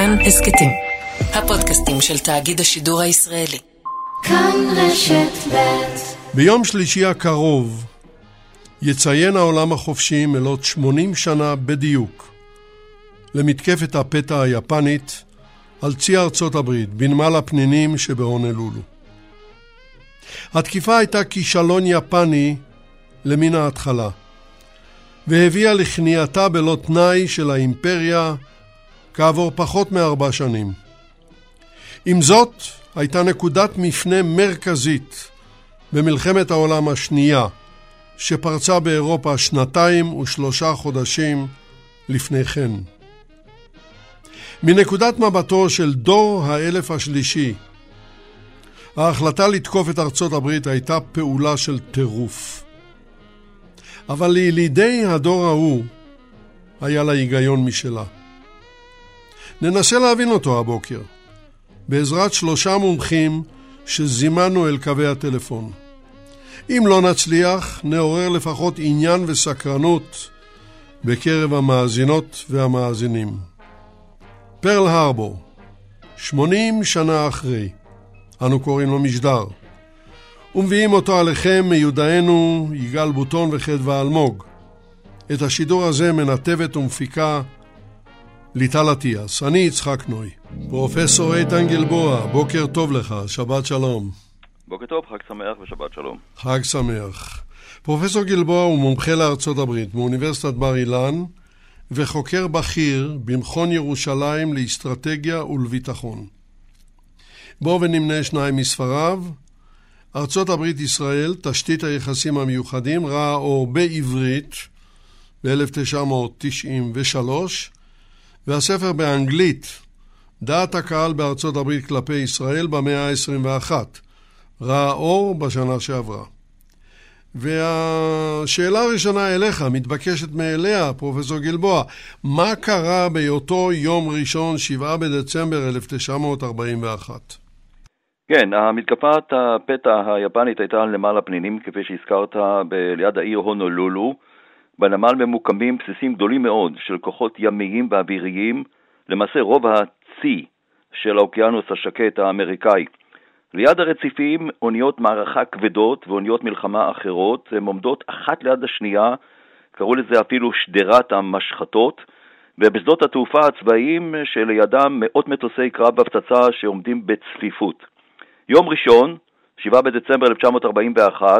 כאן הסקטים, הפודקאסטים של תאגיד השידור הישראלי. כאן רשת ב'. ביום שלישי הקרוב יציין העולם החופשי מלאת 80 שנה בדיוק למתקפת הפתע היפנית על צי ארצות הברית בנמל הפנינים שבהונולולו. התקיפה הייתה כישלון יפני למן ההתחלה, והביאה לכניעתה בלא תנאי של האימפריה כעבור פחות מ4 שנים. עם זאת, הייתה נקודת מפנה מרכזית במלחמת העולם השנייה, שפרצה באירופה 2.3 חודשים לפני כן. מנקודת מבטו של דור האלף השלישי, ההחלטה לתקוף את ארצות הברית הייתה פעולה של טירוף. אבל לילידי הדור ההוא היה לה היגיון משלה. ננסה להבין אותו הבוקר, בעזרת 3 מומחים שזימנו אל קווי הטלפון. אם לא נצליח, נעורר לפחות עניין וסקרנות בקרב המאזינות והמאזינים. פרל הרבור, 80 שנה אחרי, אנו קוראים לו משדר, ומביאים אותו עליכם מיודענו יגאל בוטון וחדווה אלמוג. את השידור הזה מנתבת ומפיקה ליטל אטיאס. אני יצחק נוי. פרופסור איתן גלבוע, בוקר טוב לך, שבת שלום. בוקר טוב, חג שמח ושבת שלום. חג שמח. פרופסור גלבוע הוא מומחה לארצות הברית מאוניברסיטת בר אילן, וחוקר בכיר במכון ירושלים לאסטרטגיה ולביטחון. בואו ונמנה 2 מספריו. ארצות הברית ישראל, תשתית היחסים המיוחדים, ראה אור בעברית ב-1993, והספר באנגלית, דעת הקהל בארצות הברית כלפי ישראל במאה ה-21, ראה אור בשנה שעברה. והשאלה הראשונה אליך, מתבקשת מאליה, פרופסור גלבוע, מה קרה באותו יום ראשון, 7 בדצמבר 1941? כן, המתקפת הפתע היפנית הייתה על נמל הפנינים, כפי שהזכרת, ליד העיר הונולולו. בנמל ממוקמים בסיסים גדולים מאוד של כוחות ימיים ואוויריים, למעשה רוב הצי של האוקיינוס השקט האמריקאי. ליד הרציפים אוניות מערכה כבדות ואוניות מלחמה אחרות, הן עומדות אחת ליד השנייה, קראו לזה אפילו שדרת המשחטות, ובשדות התעופה הצבאיים שלידם מאות מטוסי קרב והפצצה שעומדים בצפיפות. יום ראשון, 7 בדצמבר 1941,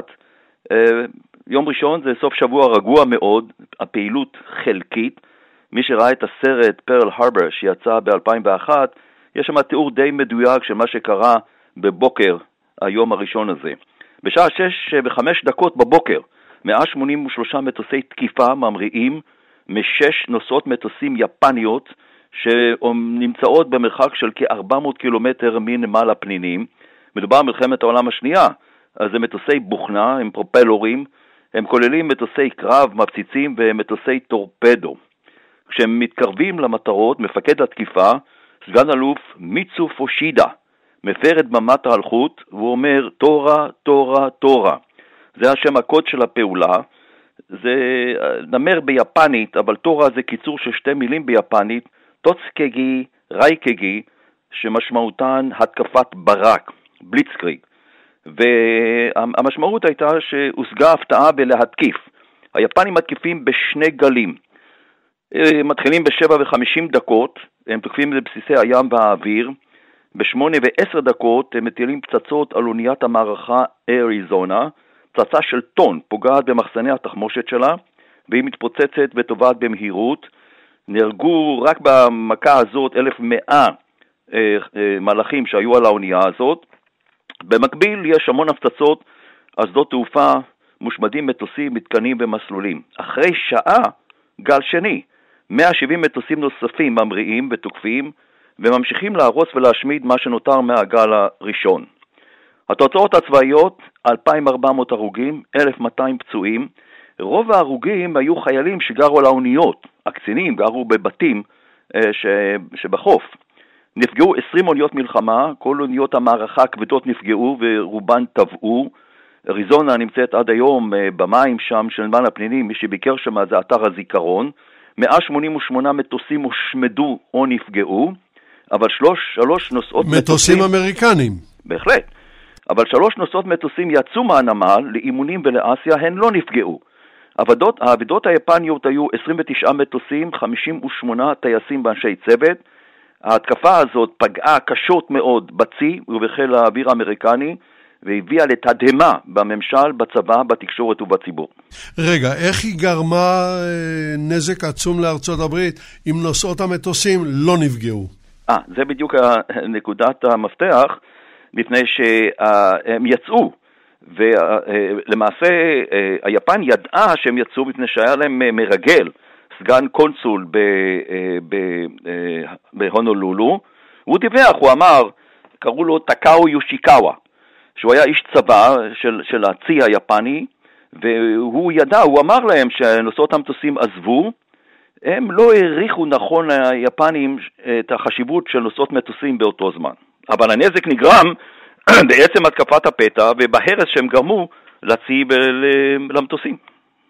יום ראשון זה סוף שבוע רגוע מאוד, הפעילות חלקית. מי שראה את הסרט פרל הרבור שיצא ב-2001, יש שם תיאור די מדויק של מה שקרה בבוקר היום הראשון הזה. בשעה 6:05 בבוקר, 183 מטוסי תקיפה ממריאים מ6 נוסעות מטוסים יפניות שנמצאות במרחק של כ-400 קילומטר מנמל הפנינים. מדובר במלחמת העולם השנייה, אז זה מטוסי בוכנה, הם פרופלורים, הם כוללים מטוסי קרב, מפציצים ומטוסי טורפדו. כשהם מתקרבים למטרות, מפקד התקיפה, סגן אלוף מיצו פושידה, מפר את במת ההלכות, והוא אומר, תורה, תורה, תורה. זה השם הקוד של הפעולה, זה נאמר ביפנית, אבל תורה זה קיצור של 2 מילים ביפנית, טוצקגי, רייקגי, שמשמעותן התקפת ברק, בליצקריג. והמשמעות הייתה שהושגה הפתעה בלהתקיף. היפנים מתקיפים ב2 גלים. מתחילים ב7:50, הם תוקפים לבסיסי הים והאוויר. ב8:10 הם מטילים פצצות על אוניית המערכה אריזונה. פצצה של טון פוגעת במחסני התחמושת שלה, והיא מתפוצצת וטובעת במהירות. נהרגו רק במכה הזאת 1,100 מלאכים שהיו על האונייה הזאת. במקביל יש המון הפצצות, אז שדות תעופה מושמדים מטוסים, מתקנים ומסלולים. אחרי שעה, גל שני, 170 מטוסים נוספים ממריאים ותוקפים, וממשיכים להרוס ולהשמיד מה שנותר מהגל הראשון. התוצאות הצבאיות, 2,400 הרוגים, 1,200 פצועים. רוב ההרוגים היו חיילים שגרו על האוניות, הקצינים גרו בבתים שבחוף. נפגעו 20 אוניות מלחמה, כל אוניות המערכה הכבדות נפגעו ורובן טבעו. אריזונה נמצאת עד היום במים שם של נמל הפנינים, מי שביקר שם זה אתר הזיכרון. 188 מטוסים הושמדו או נפגעו, אבל שלוש נוסעות מטוסים אמריקנים. בהחלט. אבל 3 נוסעות מטוסים יצאו מהנמל לאימונים ולאסיה, הן לא נפגעו. העבודות היפניות היו 29 מטוסים, 58 טייסים ואנשי צוות. ההתקפה הזאת פגעה קשות מאוד בצי ובחיל האוויר האמריקני, והביאה לתדהמה בממשל, בצבא, בתקשורת ובציבור. רגע, איך היא גרמה נזק עצום לארצות הברית אם נוסעות המטוסים לא נפגעו? זה בדיוק נקודת המפתח, לפני שהם יצאו, ולמעשה היפן ידעה שהם יצאו מפני שהיה להם מרגל, סגן קונסול בהונולולו. הוא דיווח, הוא אמר, קראו לו טקאו יושיקאווה, שהוא היה איש צבא של הצי היפני, והוא ידע, הוא אמר להם שנוסעות המטוסים עזבו, הם לא העריכו נכון היפנים את החשיבות של נוסעות מטוסים באותו זמן. אבל הנזק נגרם בעצם התקפת הפתע ובהרס שהם גרמו לצי ולמטוסים.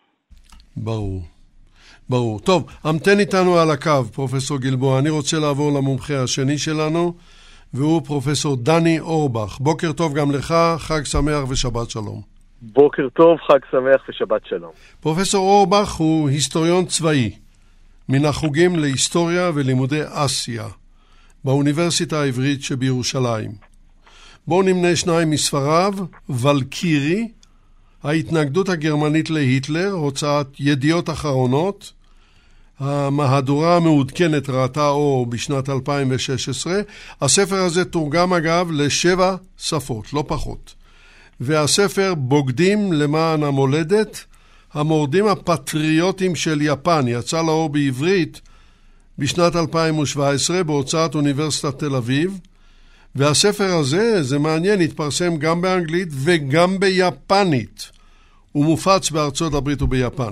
ברור. טוב, המתן איתנו על הקו, פרופסור גלבוע. אני רוצה לעבור למומחה השני שלנו, והוא פרופסור דני אורבך. בוקר טוב גם לך, חג שמח ושבת שלום. בוקר טוב, חג שמח ושבת שלום. פרופסור אורבך הוא היסטוריון צבאי, מן החוגים להיסטוריה ולימודי אסיה, באוניברסיטה העברית שבירושלים. בואו נמנה 2 מספריו, ולקירי, ההתנגדות הגרמנית להיטלר, הוצאת ידיעות אחרונות, המהדורה המעודכנת ראתה אור בשנת 2016. הספר הזה תורגם אגב ל7 שפות, לא פחות. והספר בוגדים למען המולדת, המורדים הפטריוטים של יפן, יצא לאור בעברית בשנת 2017 בהוצאת אוניברסיטת תל אביב. והספר הזה, זה מעניין, התפרסם גם באנגלית וגם ביפנית. הוא מופץ בארצות הברית וביפן.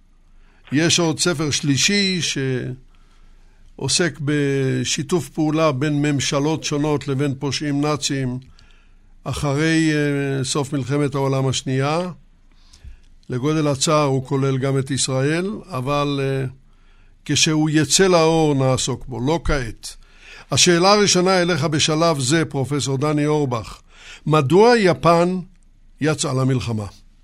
יש עוד ספר שלישי שעוסק בשיתוף פעולה בין ממשלות שונות לבין פושעים נאצים אחרי סוף מלחמת העולם השנייה. לגודל הצער הוא כולל גם את ישראל, אבל כשהוא יצא לאור נעסוק בו, לא כעת. השאלה הראשונה אליך בשלב זה, פרופסור דני אורבך, מדוע יפן יצאה למלחמה?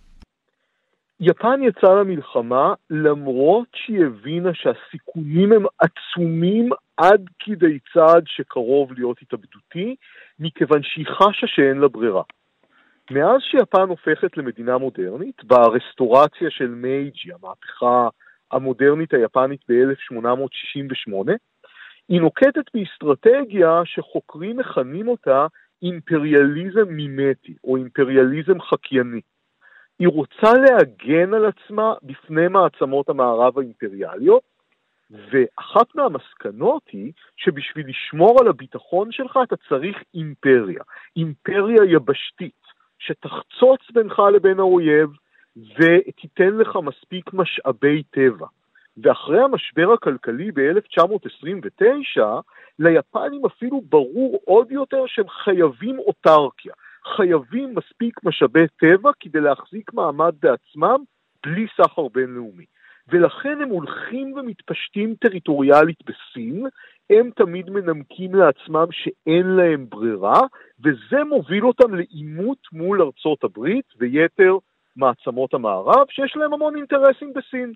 יפן יצאה למלחמה למרות שהיא הבינה שהסיכונים הם עצומים עד כדי צעד שקרוב להיות התאבדותי, מכיוון שהיא חשה שאין לה ברירה. מאז שיפן הופכת למדינה מודרנית, ברסטורציה של מייג'י, המהפכה המודרנית היפנית ב-1868, היא נוקטת באסטרטגיה שחוקרים מכנים אותה אימפריאליזם מימטי או אימפריאליזם חקייני. היא רוצה להגן על עצמה בפני מעצמות המערב האימפריאליות, ואחת מהמסקנות היא שבשביל לשמור על הביטחון שלך אתה צריך אימפריה, אימפריה יבשתית, שתחצוץ בינך לבין האויב ותיתן לך מספיק משאבי טבע. ואחרי המשבר הכלכלי ב-1929, ליפנים אפילו ברור עוד יותר שהם חייבים אוטרקיה, חייבים מספיק משאבי טבע כדי להחזיק מעמד בעצמם בלי סחר בינלאומי. ולכן הם הולכים ומתפשטים טריטוריאלית בסין, הם תמיד מנמקים לעצמם שאין להם ברירה, וזה מוביל אותם לעימות מול ארצות הברית ויתר מעצמות המערב, שיש להם המון אינטרסים בסין.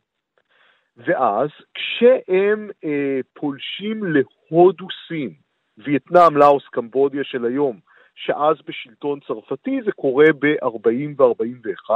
ואז כשהם פולשים להודו סין, וייטנאם, לאוס, קמבודיה של היום, שאז בשלטון צרפתי, זה קורה ב-40 ו-41,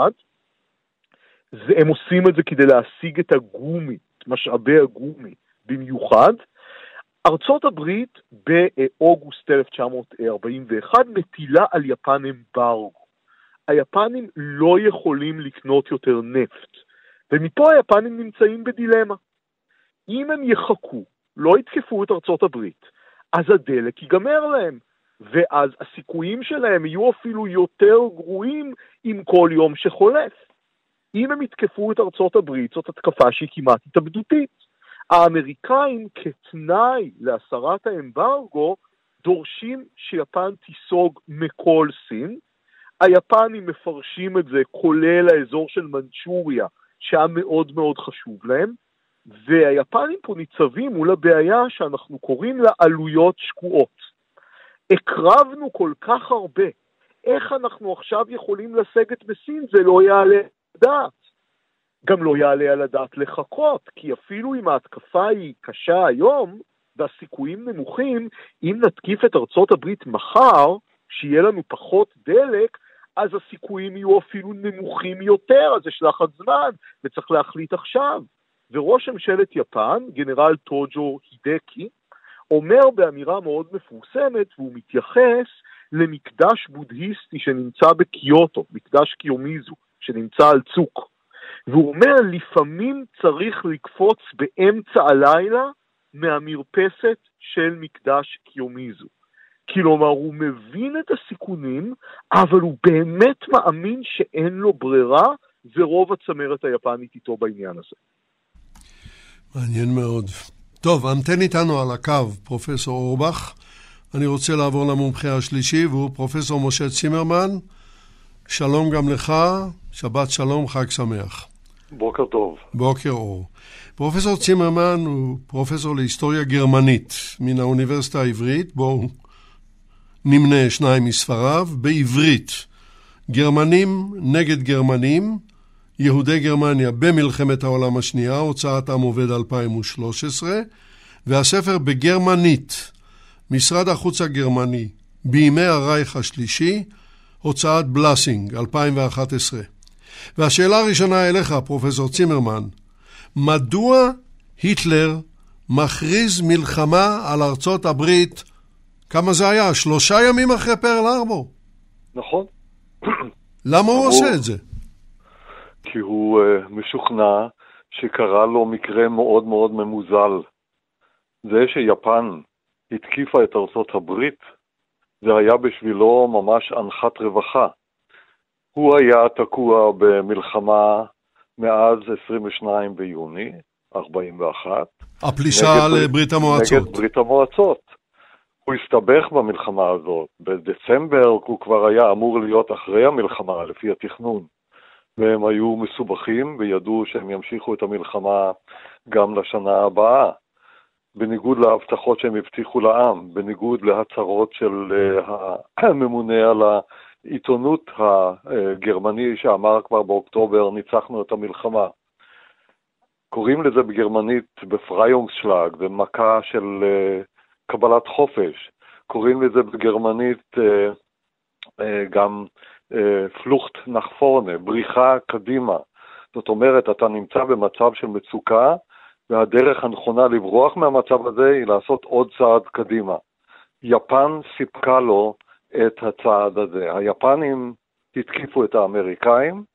הם עושים את זה כדי להשיג את הגומי, את משאבי הגומי במיוחד. ארצות הברית באוגוסט 1941 מטילה על יפן אמברגו. היפנים לא יכולים לקנות יותר נפט. ומפה היפנים נמצאים בדילמה. אם הם יחכו, לא יתקפו את ארצות הברית, אז הדלק ייגמר להם, ואז הסיכויים שלהם יהיו אפילו יותר גרועים עם כל יום שחולף. אם הם יתקפו את ארצות הברית, זאת התקפה שהיא כמעט התאבדותית. האמריקאים כתנאי להסרת האמברגו דורשים שיפן תיסוג מכל סין. היפנים מפרשים את זה כולל האזור של מנצ'וריה, שהיה מאוד מאוד חשוב להם, והיפנים פה ניצבים מול הבעיה שאנחנו קוראים לה עלויות שקועות. הקרבנו כל כך הרבה, איך אנחנו עכשיו יכולים לסגת בסין? זה לא יעלה על הדעת. גם לא יעלה על הדעת לחכות, כי אפילו אם ההתקפה היא קשה היום, והסיכויים נמוכים, אם נתקיף את ארצות הברית מחר, שיהיה לנו פחות דלק, אז הסיכויים יהיו אפילו נמוכים יותר, אז יש לחץ זמן, וצריך להחליט עכשיו. וראש ממשלת יפן, גנרל טוג'ו הידקי, אומר באמירה מאוד מפורסמת, והוא מתייחס למקדש בודהיסטי שנמצא בקיוטו, מקדש קיומיזו, שנמצא על צוק. והוא אומר, לפעמים צריך לקפוץ באמצע הלילה מהמרפסת של מקדש קיומיזו. כלומר, הוא מבין את הסיכונים, אבל הוא באמת מאמין שאין לו ברירה, ורוב הצמרת היפנית איתו בעניין הזה. מעניין מאוד. טוב, המתן איתנו על הקו פרופסור אורבך. אני רוצה לעבור למומחה השלישי, והוא פרופסור משה צימרמן. שלום גם לך, שבת שלום, חג שמח. בוקר טוב. בוקר אור. פרופסור צימרמן הוא פרופסור להיסטוריה גרמנית מן האוניברסיטה העברית, בו נמנה שניים מספריו, בעברית. גרמנים נגד גרמנים, יהודי גרמניה במלחמת העולם השנייה, הוצאת עם עובד 2013, והספר בגרמנית, משרד החוץ הגרמני, בימי הרייך השלישי, הוצאת בלאסינג, 2011. והשאלה הראשונה אליך, פרופסור צימרמן, מדוע היטלר מכריז מלחמה על ארצות הברית, כמה זה היה? 3 ימים אחרי פרל הרבור? נכון. למה הוא עושה את זה? כי הוא משוכנע שקרה לו מקרה מאוד מאוד ממוזל. זה שיפן התקיפה את ארצות הברית, זה היה בשבילו ממש אנחת רווחה. הוא היה תקוע במלחמה מאז 22 ביוני 41. הפלישה לברית המועצות. נגד ברית המועצות. הוא הסתבך במלחמה הזאת. בדצמבר הוא כבר היה אמור להיות אחרי המלחמה, לפי התכנון. והם היו מסובכים וידעו שהם ימשיכו את המלחמה גם לשנה הבאה. בניגוד להבטחות שהם הבטיחו לעם, בניגוד להצהרות של הממונה על העיתונות הגרמני שאמר כבר באוקטובר, ניצחנו את המלחמה. קוראים לזה בגרמנית בפרייונגשלאג, במכה של קבלת חופש. קוראים לזה בגרמנית גם פלוכט נח פורנה, בריחה קדימה. זאת אומרת, אתה נמצא במצב של מצוקה, והדרך הנכונה לברוח מהמצב הזה היא לעשות עוד צעד קדימה. יפן סיפקה לו את הצעד הזה. היפנים התקיפו את האמריקאים,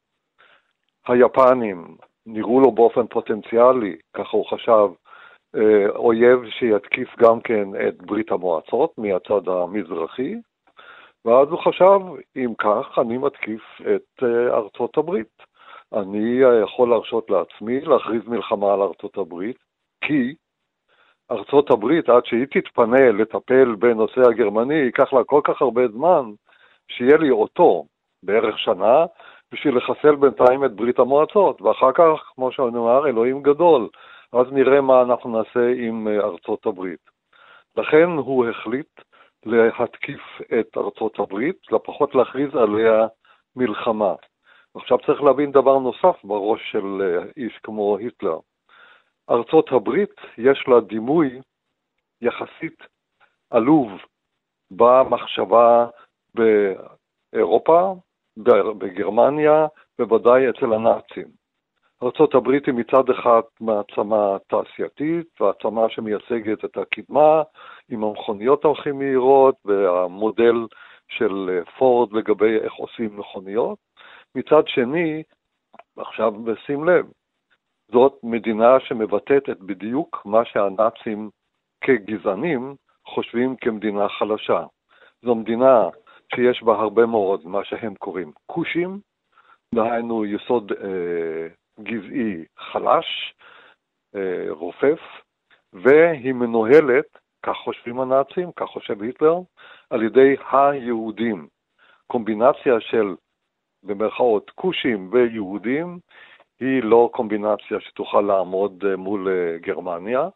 היפנים נראו לו באופן פוטנציאלי, ככה הוא חשב, אויב שיתקיף גם כן את ברית המועצות מהצד המזרחי, ואז הוא חשב, אם כך, אני מתקיף את ארצות הברית. אני יכול להרשות לעצמי להכריז מלחמה על ארצות הברית, כי ארצות הברית, עד שהיא תתפנה לטפל בנושא הגרמני, ייקח לה כל כך הרבה זמן, שיהיה לי אותו בערך שנה, בשביל לחסל בינתיים את ברית המועצות, ואחר כך, כמו שנאמר, אלוהים גדול, אז נראה מה אנחנו נעשה עם ארצות הברית. לכן הוא החליט להתקיף את ארצות הברית, לפחות להכריז עליה מלחמה. עכשיו צריך להבין דבר נוסף בראש של איש כמו היטלר. ארצות הברית יש לה דימוי יחסית עלוב במחשבה באירופה, בגרמניה, בוודאי אצל הנאצים. ארצות הברית היא מצד אחד מעצמה תעשייתית, והעצמה שמייצגת את הקדמה, עם המכוניות הכי מהירות, והמודל של פורד לגבי איך עושים מכוניות. מצד שני, עכשיו שים לב, זאת מדינה שמבטאת את בדיוק מה שהנאצים כגזענים חושבים כמדינה חלשה. זו מדינה שיש בה הרבה מאוד מה שהם קוראים כושים, דהיינו יסוד גזעי חלש, רופף, והיא מנוהלת, כך חושבים הנאצים, כך חושב היטלר, על ידי היהודים. קומבינציה של במרכאות כושים ויהודים היא לא קומבינציה שתוכל לעמוד מול גרמניה,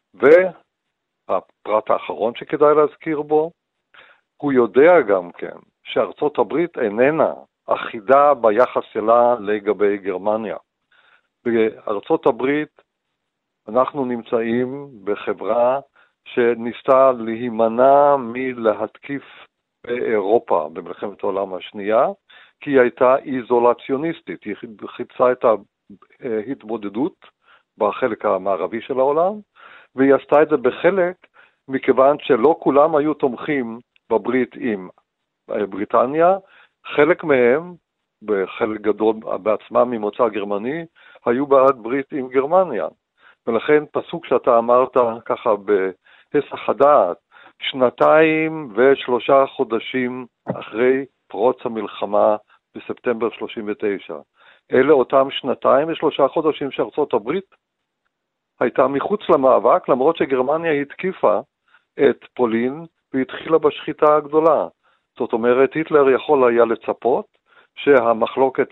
והפרט האחרון שכדאי להזכיר בו, הוא יודע גם כן שארצות הברית איננה אחידה ביחס שלה לגבי גרמניה. בארצות הברית אנחנו נמצאים בחברה שניסתה להימנע מלהתקיף באירופה במלחמת העולם השנייה, כי היא הייתה איזולציוניסטית, היא חיפשה את ההתמודדות בחלק המערבי של העולם, והיא עשתה את זה בחלק מכיוון שלא כולם היו תומכים בברית עם בריטניה, חלק מהם, בחלק גדול בעצמם ממוצא גרמני, היו בעד ברית עם גרמניה. ולכן פסוק שאתה אמרת ככה בהיסח הדעת, 2 ו3 חודשים אחרי פרוץ המלחמה בספטמבר 39. אלה אותם 2 ו3 חודשים שארצות הברית הייתה מחוץ למאבק, למרות שגרמניה התקיפה את פולין והתחילה בשחיטה הגדולה. זאת אומרת, היטלר יכול היה לצפות שהמחלוקת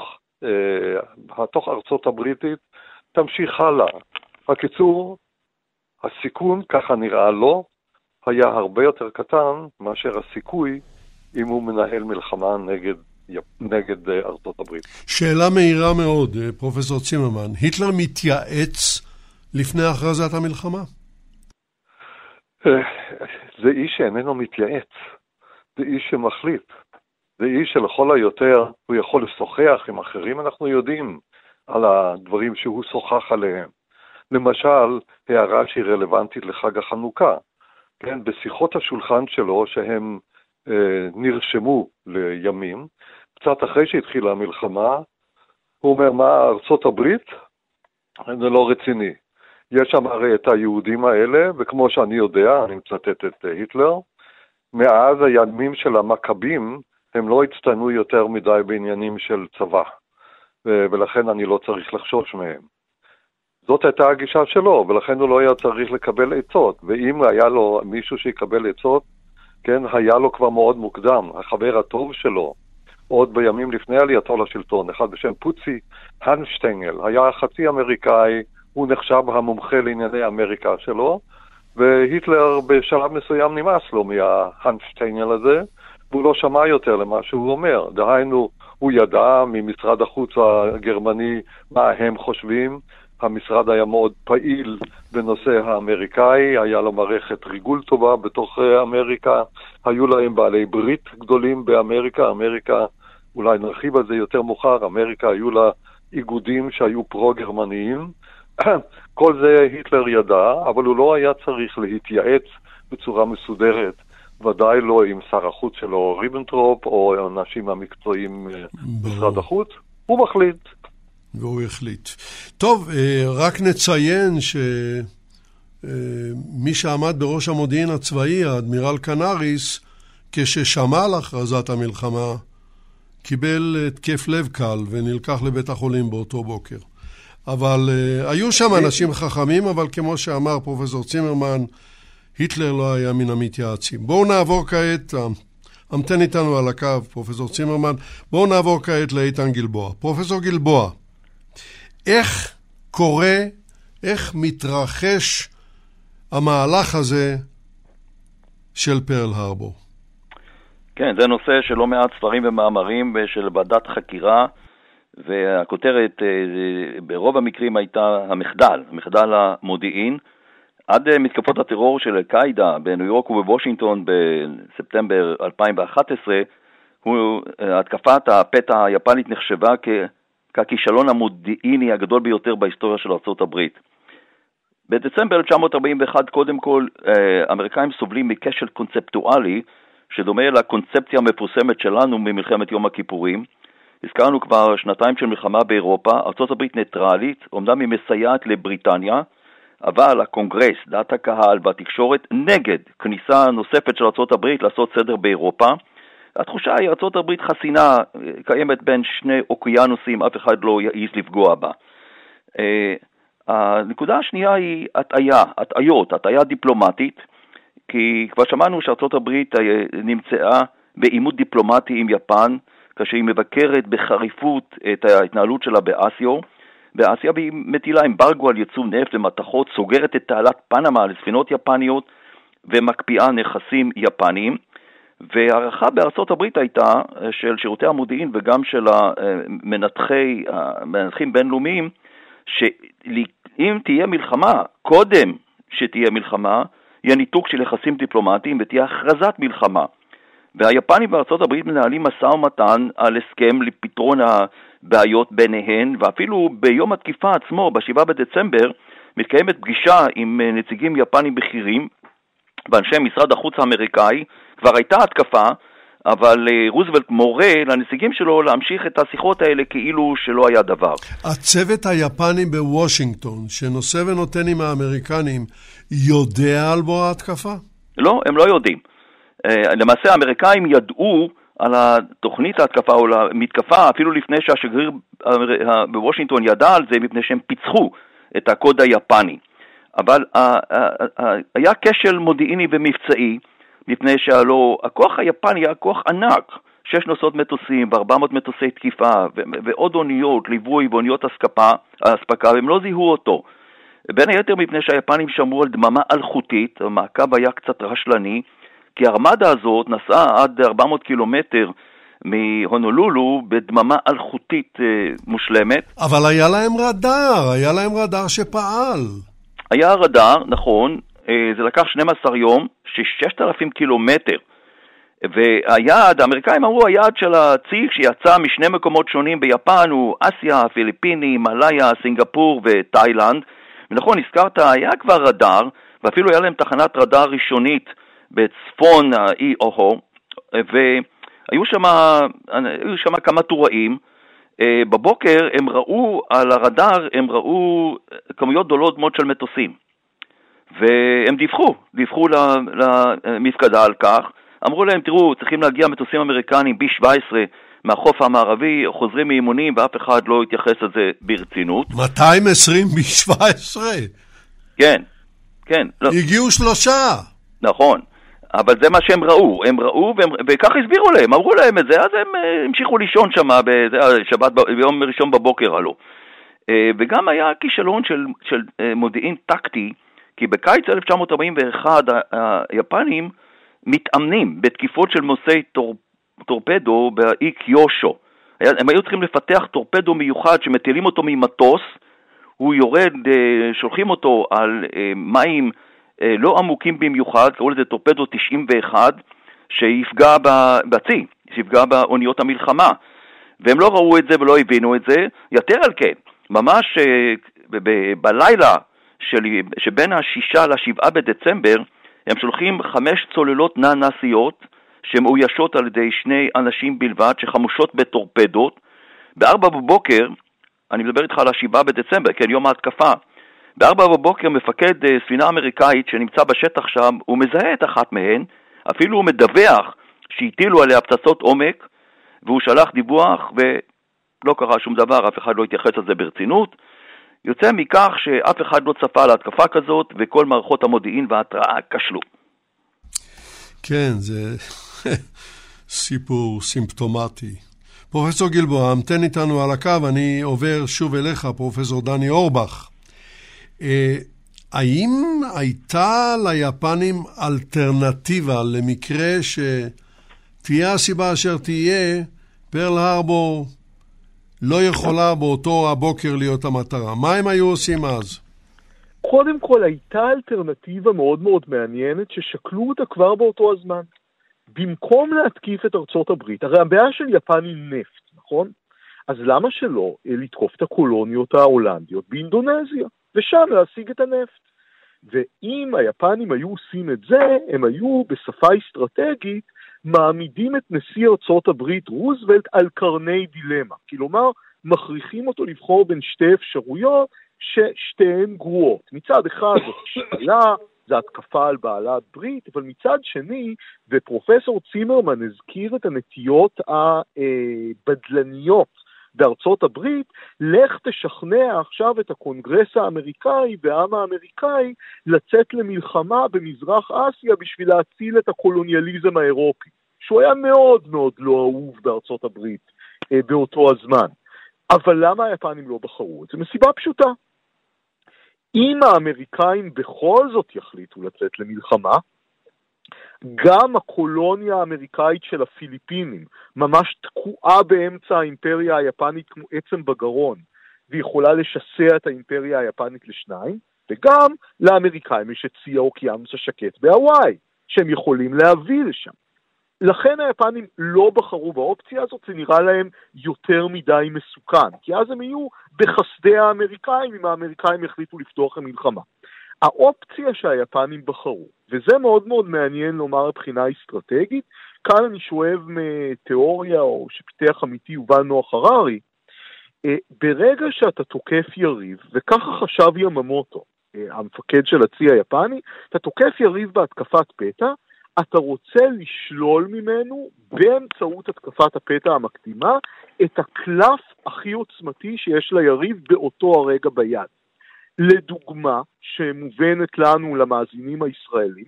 התוך ארצות הבריטית תמשיך הלאה. הקיצור, הסיכון, ככה נראה לו, היה הרבה יותר קטן מאשר הסיכוי אם הוא מנהל מלחמה נגד ארצות הברית. שאלה מהירה מאוד, פרופסור צימרמן. היטלר מתייעץ לפני הכרזת המלחמה? זה איש שאיננו מתייעץ. זה איש שמחליט. זה איש שלכל היותר הוא יכול לשוחח עם אחרים, אנחנו יודעים על הדברים שהוא שוחח עליהם. למשל, הערה שהיא רלוונטית לחג החנוכה. כן, בשיחות השולחן שלו שהם נרשמו לימים, קצת אחרי שהתחילה המלחמה, הוא אומר, מה, ארצות הברית? זה לא רציני. יש שם הרי את היהודים האלה, וכמו שאני יודע, אני מצטט את היטלר, מאז הימים של המכבים, הם לא הצטיינו יותר מדי בעניינים של צבא, ולכן אני לא צריך לחשוש מהם. זאת הייתה הגישה שלו, ולכן הוא לא היה צריך לקבל עצות, ואם היה לו מישהו שיקבל עצות, כן, היה לו כבר מאוד מוקדם, החבר הטוב שלו, עוד בימים לפני עלייתו לשלטון, אחד בשם פוצי הנשטיינגל, היה חצי אמריקאי, הוא נחשב המומחה לענייני אמריקה שלו, והיטלר בשלב מסוים נמאס לו מההנשטיינגל הזה, והוא לא שמע יותר למה שהוא אומר. דהיינו, הוא ידע ממשרד החוץ הגרמני מה הם חושבים, המשרד היה מאוד פעיל בנושא האמריקאי, היה לו מערכת ריגול טובה בתוך אמריקה, היו להם בעלי ברית גדולים באמריקה, אמריקה, אולי נרחיב על זה יותר מאוחר, אמריקה היו לה איגודים שהיו פרו-גרמניים, כל זה היטלר ידע, אבל הוא לא היה צריך להתייעץ בצורה מסודרת, ודאי לא עם שר החוץ שלו ריבנטרופ או אנשים המקצועיים במשרד החוץ, הוא מחליט. והוא החליט. טוב, רק נציין שמי שעמד בראש המודיעין הצבאי, האדמירל קנריס, כששמע על הכרזת המלחמה, קיבל התקף לב קל ונלקח לבית החולים באותו בוקר. אבל היו שם אנשים חכמים, אבל כמו שאמר פרופסור צימרמן, היטלר לא היה מן המתייעצים. בואו נעבור כעת, המתן איתנו על הקו, פרופסור צימרמן, בואו נעבור כעת לאיתן גלבוע. פרופסור גלבוע, איך קורה, איך מתרחש המהלך הזה של פרל הרבור? כן, זה נושא של לא מעט ספרים ומאמרים של ועדת חקירה, והכותרת ברוב המקרים הייתה המחדל המודיעין, עד מתקפות הטרור של אל-קאידה בניו יורק ובוושינגטון בספטמבר 2011, התקפת הפתע היפנית נחשבה ככישלון המודיעיני הגדול ביותר בהיסטוריה של ארצות הברית. בדצמבר 1941, קודם כל, האמריקאים סובלים מכשל קונספטואלי, שדומה לקונספציה המפורסמת שלנו ממלחמת יום הכיפורים. הזכרנו כבר שנתיים של מלחמה באירופה, ארצות הברית ניטרלית, אומנם היא מסייעת לבריטניה, אבל הקונגרס, דעת הקהל והתקשורת נגד כניסה נוספת של ארצות הברית לעשות סדר באירופה. התחושה היא ארצות הברית חסינה, קיימת בין שני אוקיינוסים, אף אחד לא יעיז לפגוע בה. הנקודה השנייה היא הטעיה דיפלומטית, כי כבר שמענו שארצות הברית נמצאה בעימות דיפלומטי עם יפן, כאשר היא מבקרת בחריפות את ההתנהלות שלה באסיה, והיא מטילה אמברגו על ייצוא נפט ומתכות, סוגרת את תעלת פנמה לספינות יפניות ומקפיאה נכסים יפניים. והערכה בארצות הברית הייתה של שירותי המודיעין וגם של המנתחים בינלאומיים, שאם תהיה מלחמה, קודם שתהיה מלחמה, יהיה ניתוק של יחסים דיפלומטיים ותהיה הכרזת מלחמה. והיפנים בארצות הברית מנהלים משא ומתן על הסכם לפתרון הבעיות ביניהן, ואפילו ביום התקיפה עצמו, ב7 בדצמבר, מתקיימת פגישה עם נציגים יפנים בכירים, ואנשי משרד החוץ האמריקאי. כבר הייתה התקפה, אבל רוזוולט מורה לנציגים שלו להמשיך את השיחות האלה כאילו שלא היה דבר. הצוות היפני בוושינגטון, שנושא ונותן עם האמריקנים, יודע על בוא ההתקפה? לא, הם לא יודעים. למעשה האמריקאים ידעו על התוכנית ההתקפה או למתקפה, אפילו לפני שהשגריר בוושינגטון ידע על זה, מפני שהם פיצחו את הקוד היפני. אבל היה כשל מודיעיני ומבצעי, מפני שהלא הכוח היפני היה כוח ענק, 6 נוסעות מטוסים ו400 מטוסי תקיפה ועוד אוניות, ליווי ואוניות אספקה, והם לא זיהו אותו. בין היתר מפני שהיפנים שמרו על דממה אלחוטית, המעקב היה קצת רשלני, כי הארמדה הזאת נסעה עד 400 קילומטר מהונולולו בדממה אלחוטית מושלמת. אבל היה להם רדאר שפעל. היה רדאר, נכון, זה לקח 12 יום, 6,000 קילומטר, והיעד, האמריקאים אמרו, היעד של הציג שיצא משני מקומות שונים ביפן הוא אסיה, פיליפינים, מלאיה, סינגפור ותאילנד, ונכון, הזכרת, היה כבר רדאר, ואפילו היה להם תחנת רדאר ראשונית בצפון האי אוהו, והיו שם כמה טוראים. בבוקר הם ראו על הרדאר, הם ראו כמויות גדולות מאוד של מטוסים, והם דיווחו למפקדה על כך, אמרו להם, תראו, צריכים להגיע מטוסים אמריקנים B-17 מהחוף המערבי, חוזרים מאימונים, ואף אחד לא התייחס לזה ברצינות. 220 B-17? כן. הגיעו 3. נכון, אבל זה מה שהם ראו, וכך הסבירו להם, אמרו להם את זה, אז הם המשיכו לישון שם ביום ראשון בבוקר הלו. וגם היה כישלון של מודיעין טקטי, כי בקיץ 1941 היפנים מתאמנים בתקיפות של מוסי טורפדו באי קיושו. הם היו צריכים לפתח טורפדו מיוחד שמטילים אותו ממטוס, הוא יורד, שולחים אותו על מים לא עמוקים במיוחד, קראו לזה טורפדו 91, שיפגע בצי, שיפגע באוניות המלחמה. והם לא ראו את זה ולא הבינו את זה. יותר על כן, ממש בלילה שבין 6 ל7 בדצמבר, הם שולחים 5 צוללות ננסיות, שמאוישות על ידי 2 אנשים בלבד, שחמושות בטורפדות. ב4 בבוקר, אני מדבר איתך על 7 בדצמבר, כן, יום ההתקפה, ב4 בבוקר מפקד ספינה אמריקאית שנמצא בשטח שם, הוא מזהה את אחת מהן, אפילו הוא מדווח שהטילו עליה פצצות עומק, והוא שלח דיווח ולא קרה שום דבר, אף אחד לא התייחס לזה ברצינות. יוצא מכך שאף אחד לא צפה על ההתקפה כזאת, וכל מערכות המודיעין וההתראה כשלו. כן, זה סיפור סימפטומטי. פרופסור גלבוע, המתן איתנו על הקו, אני עובר שוב אליך, פרופסור דני אורבך. האם הייתה ליפנים אלטרנטיבה למקרה שתהיה הסיבה אשר תהיה, פרל הרבור לא יכולה באותו הבוקר להיות המטרה? מה הם היו עושים אז? קודם כל הייתה אלטרנטיבה מאוד מאוד מעניינת ששקלו אותה כבר באותו הזמן. במקום להתקיף את ארצות הברית, הרי הבעיה של יפן היא נפט, נכון? אז למה שלא לתקוף את הקולוניות ההולנדיות באינדונזיה, ושם להשיג את הנפט? ואם היפנים היו עושים את זה, הם היו בשפה אסטרטגית מעמידים את נשיא ארצות הברית רוזוולט על קרני דילמה. כלומר, מכריחים אותו לבחור בין 2 אפשרויות ששתיהן גרועות. מצד אחד זאת שאלה, זה התקפה על בעלת ברית, אבל מצד שני, ופרופסור צימרמן הזכיר את הנטיות הבדלניות בארצות הברית, לך תשכנע עכשיו את הקונגרס האמריקאי והעם האמריקאי לצאת למלחמה במזרח אסיה בשביל להציל את הקולוניאליזם האירופי. שהוא היה מאוד מאוד לא אהוב בארצות הברית באותו הזמן. אבל למה היפנים לא בחרו? זה מסיבה פשוטה. אם האמריקאים בכל זאת יחליטו לצאת למלחמה, גם הקולוניה האמריקאית של הפיליפינים ממש תקועה באמצע האימפריה היפנית כמו עצם בגרון, ויכולה לשסע את האימפריה היפנית לשניים, וגם לאמריקאים יש את צי האוקיינוס השקט בהוואי, שהם יכולים להביא לשם. לכן היפנים לא בחרו באופציה הזאת, זה נראה להם יותר מדי מסוכן, כי אז הם יהיו בחסדי האמריקאים, אם האמריקאים יחליטו לפתוח המלחמה. האופציה שהיפנים בחרו, וזה מאוד מאוד מעניין לומר מבחינה אסטרטגית, כאן אני שואב מתיאוריה או שפיתח אמיתי יובל נוח הררי, ברגע שאתה תוקף יריב, וככה חשב יממוטו, המפקד של הצי היפני, אתה תוקף יריב בהתקפת פתע, אתה רוצה לשלול ממנו באמצעות התקפת הפתע המקדימה את הקלף הכי עוצמתי שיש ליריב באותו הרגע ביד. לדוגמה, שמובנת לנו למאזינים הישראלים,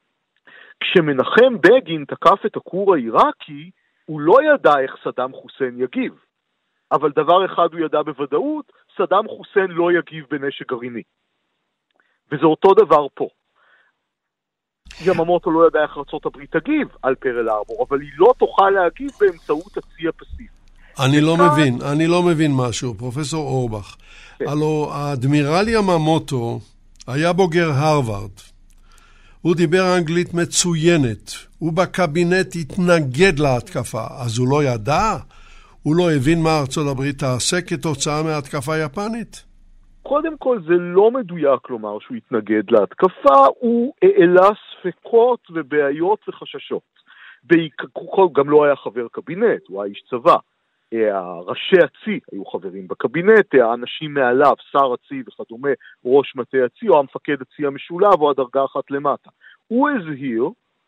כשמנחם בגין תקף את הכור העיראקי, הוא לא ידע איך סדאם חוסיין יגיב. אבל דבר אחד הוא ידע בוודאות, סדאם חוסיין לא יגיב בנשק גרעיני. וזה אותו דבר פה. יממוטו לא ידע איך ארצות הברית תגיב על פרל הארבור, אבל היא לא תוכל להגיב באמצעות הצי הפסיפי. אני לא מבין משהו, פרופסור אורבך. הלו, האדמירל יממוטו היה בוגר הרווארד. הוא דיבר אנגלית מצוינת. הוא בקבינט התנגד להתקפה, אז הוא לא ידע? הוא לא הבין מה ארצות הברית תעשה כתוצאה מהתקפה יפנית? קודם כל זה לא מדויק לומר שהוא התנגד להתקפה, הוא העלה ספקות ובעיות וחששות. גם לא היה חבר קבינט, הוא היה איש צבא. ראשי הצי היו חברים בקבינט, האנשים מעליו, שר הצי וכדומה, ראש מטה הצי או המפקד הצי המשולב או הדרגה אחת למטה. הוא הזהיר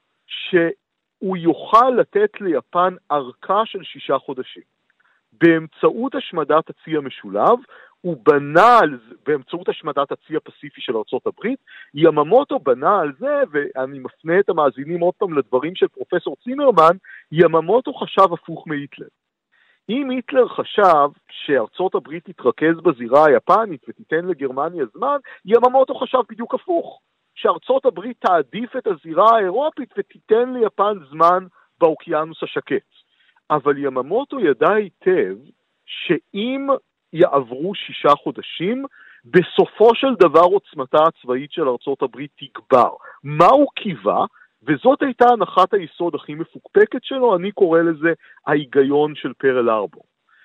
שהוא יוכל לתת ליפן ארכה של 6 חודשים. באמצעות השמדת הצי המשולב, הוא בנה על זה, באמצעות השמדת הצי הפסיפי של ארצות הברית, יממוטו בנה על זה, ואני מפנה את המאזינים עוד פעם לדברים של פרופסור צימרמן, יממוטו חשב הפוך מהיטלר. אם היטלר חשב שארצות הברית תתרכז בזירה היפנית ותיתן לגרמניה זמן, יממוטו חשב בדיוק הפוך, שארצות הברית תעדיף את הזירה האירופית ותיתן ליפן זמן באוקיינוס השקט. אבל יממוטו ידע היטב שאם יעברו 6 חודשים, בסופו של דבר עוצמתה הצבאית של ארצות הברית תגבר. מה הוא קיווה? וזאת הייתה הנחת היסוד הכי מפוקפקת שלו, אני קורא לזה ההיגיון של פרל הארבור.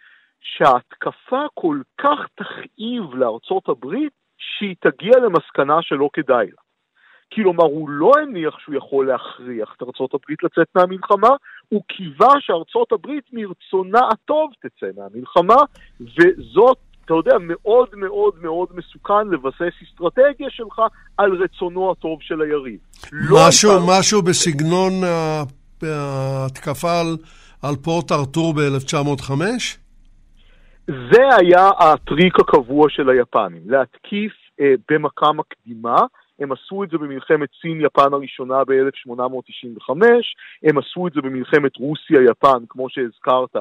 שההתקפה כל כך תכאיב לארצות הברית, שהיא תגיע למסקנה שלא כדאי לה. כלומר, הוא לא הניח שהוא יכול להכריח את ארצות הברית לצאת מהמלחמה, הוא קיווה שארצות הברית מרצונה הטוב תצא מהמלחמה, וזאת, אתה יודע, מאוד מאוד מאוד מסוכן לבסס אסטרטגיה שלך על רצונו הטוב של היריב. משהו בסגנון ההתקפה על פורט ארתור ב-1905? זה היה הטריק הקבוע של היפנים, להתקיף במכה מקדימה. הם עשו את זה במלחמת סין-יפן הראשונה ב-1895, הם עשו את זה במלחמת רוסיה-יפן, כמו שהזכרת,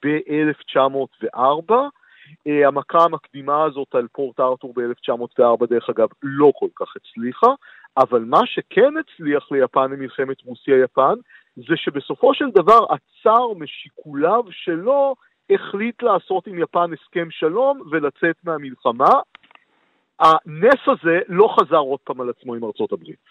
ב-1904. המכה המקדימה הזאת על פורט ארתור ב-1904, דרך אגב, לא כל כך הצליחה, אבל מה שכן הצליח ליפן במלחמת רוסיה-יפן, זה שבסופו של דבר הצאר משיקוליו שלו החליט לעשות עם יפן הסכם שלום ולצאת מהמלחמה. הנס הזה לא חזר עוד פעם על עצמו עם ארצות הברית.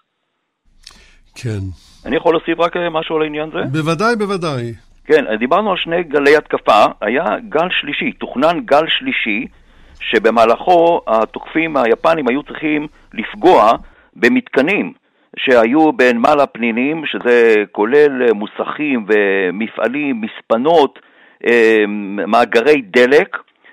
כן. אני יכול להוסיף רק משהו על העניין זה? בוודאי, בוודאי. כן, דיברנו על 2 גלי התקפה, היה גל שלישי, תוכנן גל שלישי, שבמהלכו התוקפים היפנים היו צריכים לפגוע במתקנים שהיו בנמל הפנינים, שזה כולל מוסכים ומפעלים, מספנות, מאגרי דלק,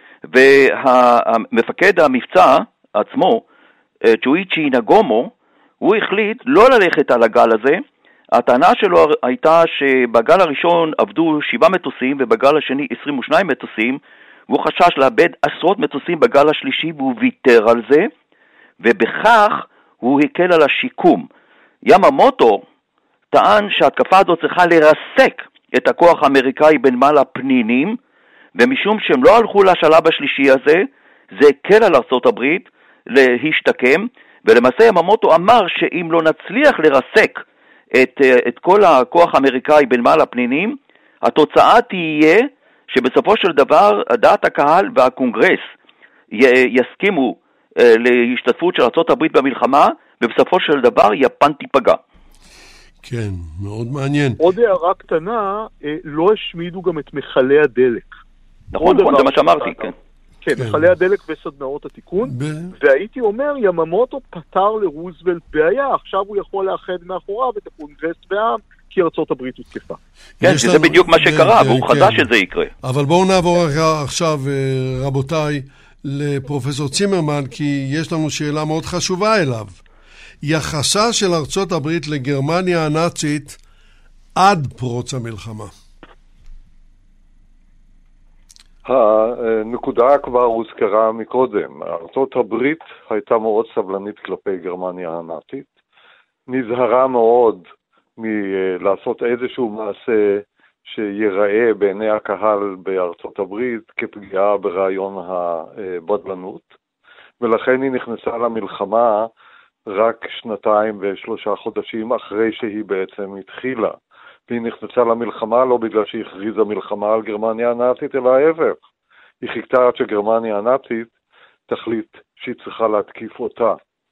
והמפקד המבצע עצמו, צ'ואיצ'י נגומו, הוא החליט לא ללכת על הגל הזה. הטענה שלו הייתה שבגל הראשון עבדו 7 מטוסים ובגל השני 22 מטוסים, והוא חשש לאבד עשרות מטוסים בגל השלישי והוא ויתר על זה, ובכך הוא הקל על השיקום. יממוטו טען שההתקפה הזאת צריכה לרסק את הכוח האמריקאי בנמל הפנינים, ומשום שהם לא הלכו לשלב השלישי הזה, זה הקל על ארצות הברית להשתקם, ולמעשה יממוטו אמר שאם לא נצליח לרסק את כל הכוח האמריקאי בנמל הפנינים, התוצאה תהיה שבסופו של דבר דעת הקהל והקונגרס יסכימו להשתתפות של ארצות הברית במלחמה, ובסופו של דבר יפן תיפגע. כן, מאוד מעניין. עוד הערה קטנה, לא השמידו גם את מחלי הדלק. נכון, זה מה שאמרתי, כן. כן, מחלי הדלק וסדנאות התיקון, והייתי אומר, יממוטו פתר לרוזוולט בעיה, עכשיו הוא יכול לאחד מאחוריו את הקונגרס והעם, כי ארצות הברית הותקפה. כן, זה בדיוק מה שקרה, והוא חזה שזה יקרה. אבל בואו נעבור עכשיו, רבותיי, לפרופסור צימרמן, כי יש לנו שאלה מאוד חשובה אליו. יחסה של ארצות הברית לגרמניה הנאצית עד פרוץ המלחמה. הנקודה כבר הוזכרה מקודם. ארצות הברית הייתה מאוד סבלנית כלפי גרמניה הנאצית, נזהרה מאוד מלעשות איזשהו מעשה שיראה בעיני הקהל בארצות הברית כפגיעה ברעיון הבדלנות, ולכן היא נכנסה למלחמה רק 2 ו3 חודשים אחרי שהיא בעצם התחילה. והיא נכנסה למלחמה לא בגלל שהיא הכריזה מלחמה על גרמניה הנאצית, אלא ההפך. היא חיכתה עד שגרמניה הנאצית תחליט שהיא צריכה להתקיף אותה.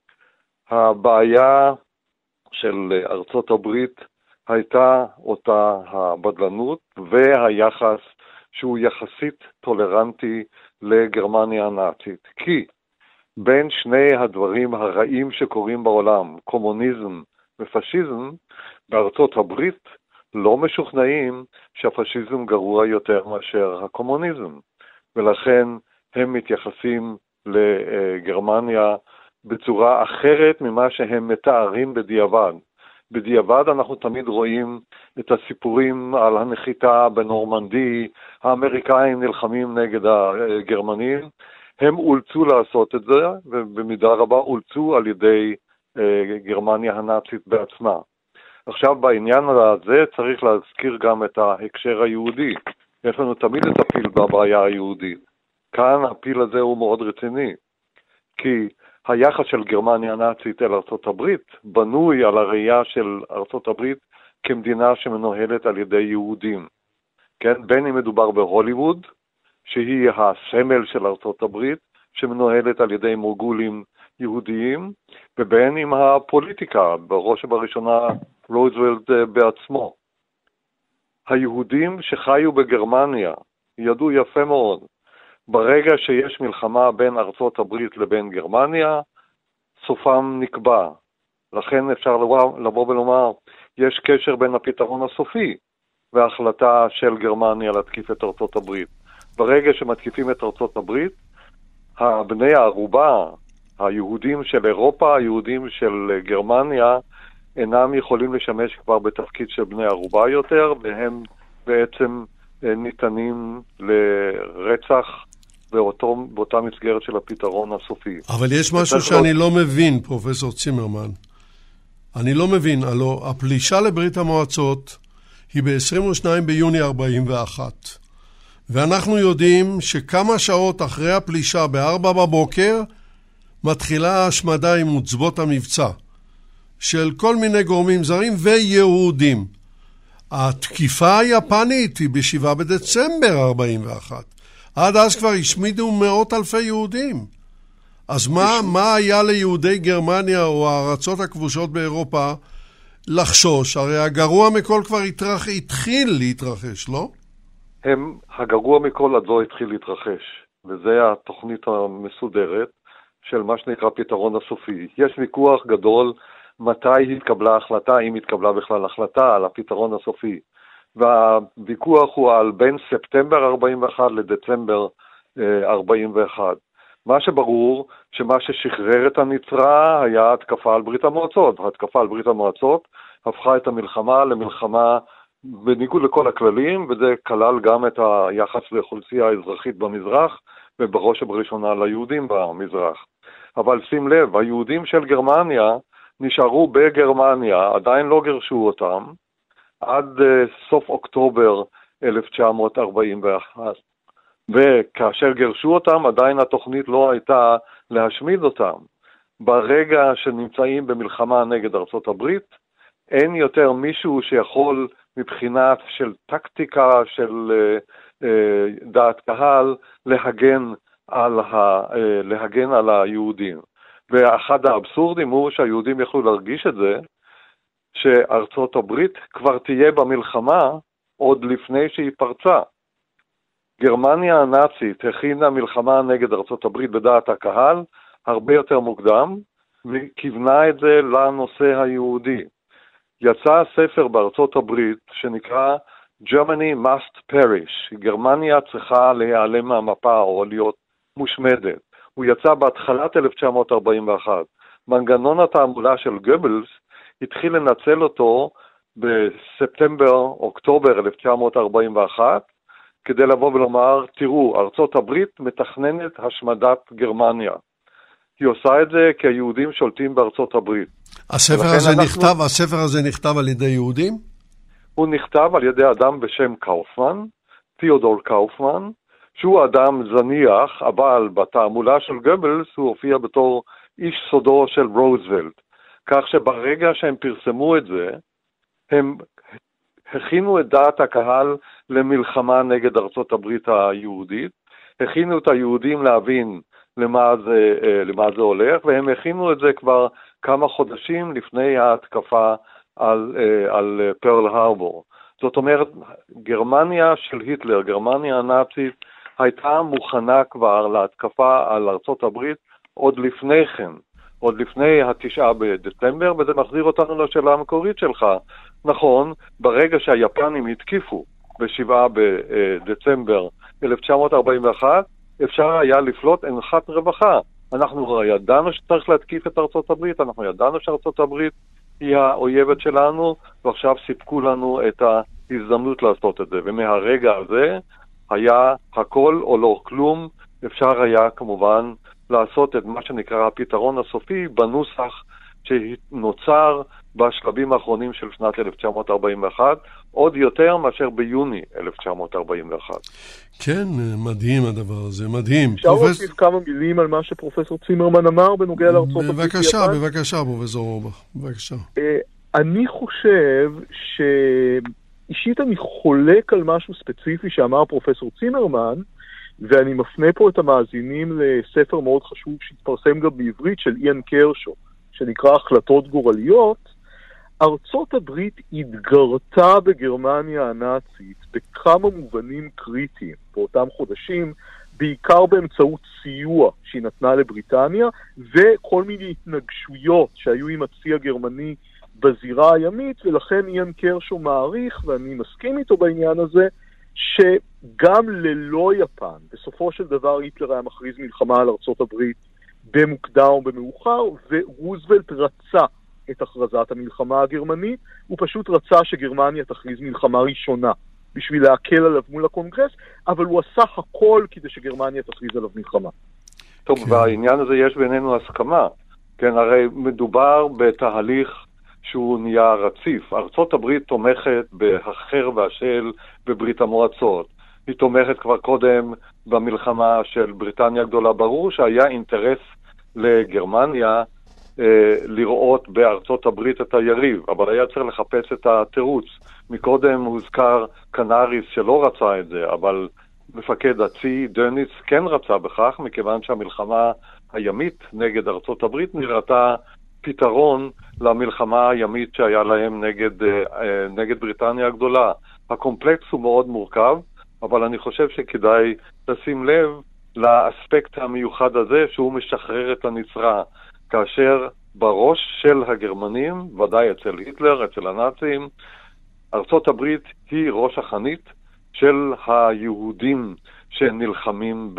הבעיה של ארצות הברית הייתה אותה הבדלנות והיחס שהוא יחסית טולרנטי לגרמניה הנאצית. כי בין שני הדברים הרעים שקורים בעולם, קומוניזם ופשיזם, בארצות הברית לא משוכנעים שהפשיזם גרוע יותר מאשר הקומוניזם, ולכן הם מתייחסים לגרמניה בצורה אחרת ממה שהם מתארים בדיעבד. בדיעבד אנחנו תמיד רואים את הסיפורים על הנחיתה בנורמנדי, האמריקאים נלחמים נגד הגרמנים, הם אולצו לעשות את זה, ובמידה רבה אולצו על ידי גרמניה הנאצית בעצמה. עכשיו בעניין הזה צריך להזכיר גם את ההקשר היהודי. יש לנו תמיד את הפיל בבעיה היהודית. כאן הפיל הזה הוא מאוד רציני, כי היחס של גרמניה הנאצית אל ארצות הברית בנוי על הראייה של ארצות הברית כמדינה שמנוהלת על ידי יהודים. כן? בין אם מדובר בהוליווד, שהיא הסמל של ארצות הברית, שמנוהלת על ידי מוגולים יהודיים, ובין עם הפוליטיקה, בראש ובראשונה רוזוולט בעצמו. היהודים שחיו בגרמניה ידעו יפה מאוד, ברגע שיש מלחמה בין ארצות הברית לבין גרמניה, סופם נקבע. לכן אפשר לבוא ולומר, יש קשר בין הפתרון הסופי וההחלטה של גרמניה להתקיף את ארצות הברית. ברגע שמתקיפים את ארצות הברית, בני הערובה, היהודים של אירופה, היהודים של גרמניה, אינם יכולים לשמש כבר בתפקיד של בני ערובה יותר, והם בעצם ניתנים לרצח באותה מסגרת של הפתרון הסופי. אבל יש משהו שאני לא מבין, פרופסור צימרמן. אני לא מבין, הלוא הפלישה לברית המועצות היא ב-22 ביוני 41. ואנחנו יודעים שכמה שעות אחרי הפלישה ב-4 בבוקר מתחילה ההשמדה עם עוצבות המבצע של כל מיני גורמים זרים ויהודים. התקיפה היפנית היא ב-7 בדצמבר 41. עד אז כבר השמידו מאות אלפי יהודים. אז מה היה ליהודי גרמניה או הארצות הכבושות באירופה לחשוש? הרי הגרוע מכל כבר התחיל להתרחש, לא? הגרוע מכל עד לא התחיל להתרחש, וזה התוכנית המסודרת של מה שנקרא פתרון הסופי. יש ויכוח גדול מתי התקבלה החלטה, אם התקבלה בכלל החלטה על הפתרון הסופי. והוויכוח הוא על בין ספטמבר 41 לדצמבר 41. מה שברור שמה ששחרר את הנצרה היה התקפה על ברית המועצות. התקפה על ברית המועצות הפכה את המלחמה למלחמה בניגוד לכל הכללים, וזה כלל גם את היחס לאוכלוסייה האזרחית במזרח, ובראש ובראשונה ליהודים במזרח. אבל שים לב, היהודים של גרמניה נשארו בגרמניה, עדיין לא גירשו אותם, עד סוף אוקטובר 1941. וכאשר גירשו אותם, עדיין התוכנית לא הייתה להשמיד אותם. ברגע שנמצאים במלחמה נגד ארצות הברית, אין יותר מישהו שיכול מבחינת של טקטיקה, של דעת קהל, להגן על היהודים. ואחד האבסורדים הוא שהיהודים יכלו להרגיש את זה, שארצות הברית כבר תהיה במלחמה עוד לפני שהיא פרצה. גרמניה הנאצית הכינה מלחמה נגד ארצות הברית בדעת הקהל הרבה יותר מוקדם, וכיוונה את זה לנושא היהודי. יצא ספר בארצות הברית שנקרא Germany Must Perish, גרמניה צריכה להיעלם מהמפה או להיות מושמדת. הוא יצא בהתחלת 1941. מנגנון התעמולה של גבלס התחיל לנצל אותו בספטמבר-אוקטובר 1941, כדי לבוא ולומר, תראו, ארצות הברית מתכננת השמדת גרמניה. היא עושה את זה כי היהודים שולטים בארצות הברית. הספר הזה נכתב על ידי יהודים? הוא נכתב על ידי אדם בשם קאופמן, תיאודור קאופמן, שהוא אדם זניח, אבל בתעמולה של גבלס הוא הופיע בתור איש סודו של רוזוולט. כך שברגע שהם פרסמו את זה, הם הכינו את דעת הקהל למלחמה נגד ארצות הברית היהודית, הכינו את היהודים להבין למה זה הולך, והם הכינו את זה כבר כמה חודשים לפני ההתקפה על פרל הרבור. זאת אומרת, גרמניה של היטלר, גרמניה הנאצית, הייתה מוכנה כבר להתקפה על ארצות הברית עוד לפני כן, עוד לפני 9 בדצמבר, וזה מחזיר אותנו לשאלה המקורית שלך. נכון, ברגע שהיפנים התקיפו ב7 בדצמבר 1941, אפשר היה לפלוט אנחת רווחה. אנחנו ידענו שצריך להתקיף את ארצות הברית, אנחנו ידענו שארצות הברית היא האויבת שלנו, ועכשיו סיפקו לנו את ההזדמנות לעשות את זה. ומהרגע הזה היה הכל או לא כלום, אפשר היה כמובן לעשות את מה שנקרא הפתרון הסופי בנוסח שנוצר בשלבים האחרונים של שנת 1941, עוד יותר מאשר ביוני 1941. כן, מדהים הדבר הזה, מדהים. אפשר להוסיף כמה מילים על מה שפרופסור צימרמן אמר בנוגע לארצות הברית? בבקשה, פרופסור אורבך, בבקשה. אני חושב אישית אני חולק על משהו ספציפי שאמר פרופסור צימרמן, ואני מפנה פה את המאזינים לספר מאוד חשוב שהתפרסם גם בעברית של איאן קרשו, שנקרא החלטות גורליות. ארצות הברית התגרתה בגרמניה הנאצית בכמה מובנים קריטיים באותם חודשים, בעיקר באמצעות סיוע שהיא נתנה לבריטניה, וכל מיני התנגשויות שהיו עם הצי הגרמני בזירה הימית, ולכן איאן קרשו מעריך, ואני מסכים איתו בעניין הזה, שגם ללא יפן, בסופו של דבר היטלר היה מכריז מלחמה על ארצות הברית במוקדם או במאוחר, ורוזוולט רצה את הכרזת המלחמה הגרמנית, הוא פשוט רצה שגרמניה תכריז מלחמה ראשונה, בשביל להקל עליו מול הקונגרס, אבל הוא עשה הכל כדי שגרמניה תכריז עליו מלחמה. טוב, בעניין הזה יש בינינו הסכמה. כן, הרי מדובר בתהליך שהוא נהיה רציף. ארצות הברית תומכת בהחר והשל בברית המועצות. היא תומכת כבר קודם במלחמה של בריטניה הגדולה. ברור שהיה אינטרס לגרמניה לראות בארצות הברית את היריב, אבל היה צריך לחפש את התירוץ. מקודם הוזכר קנריס שלא רצה את זה, אבל מפקד הצי דניס כן רצה בכך, מכיוון שהמלחמה הימית נגד ארצות הברית נראתה פתרון למלחמה הימית שהיה להם נגד בריטניה הגדולה. הקומפלקס הוא מאוד מורכב, אבל אני חושב שכדאי לשים לב לאספקט המיוחד הזה שהוא משחרר את הנצרה, כאשר בראש של הגרמנים, ודאי אצל היטלר, אצל הנאצים, ארצות הברית היא ראש החנית של היהודים שנלחמים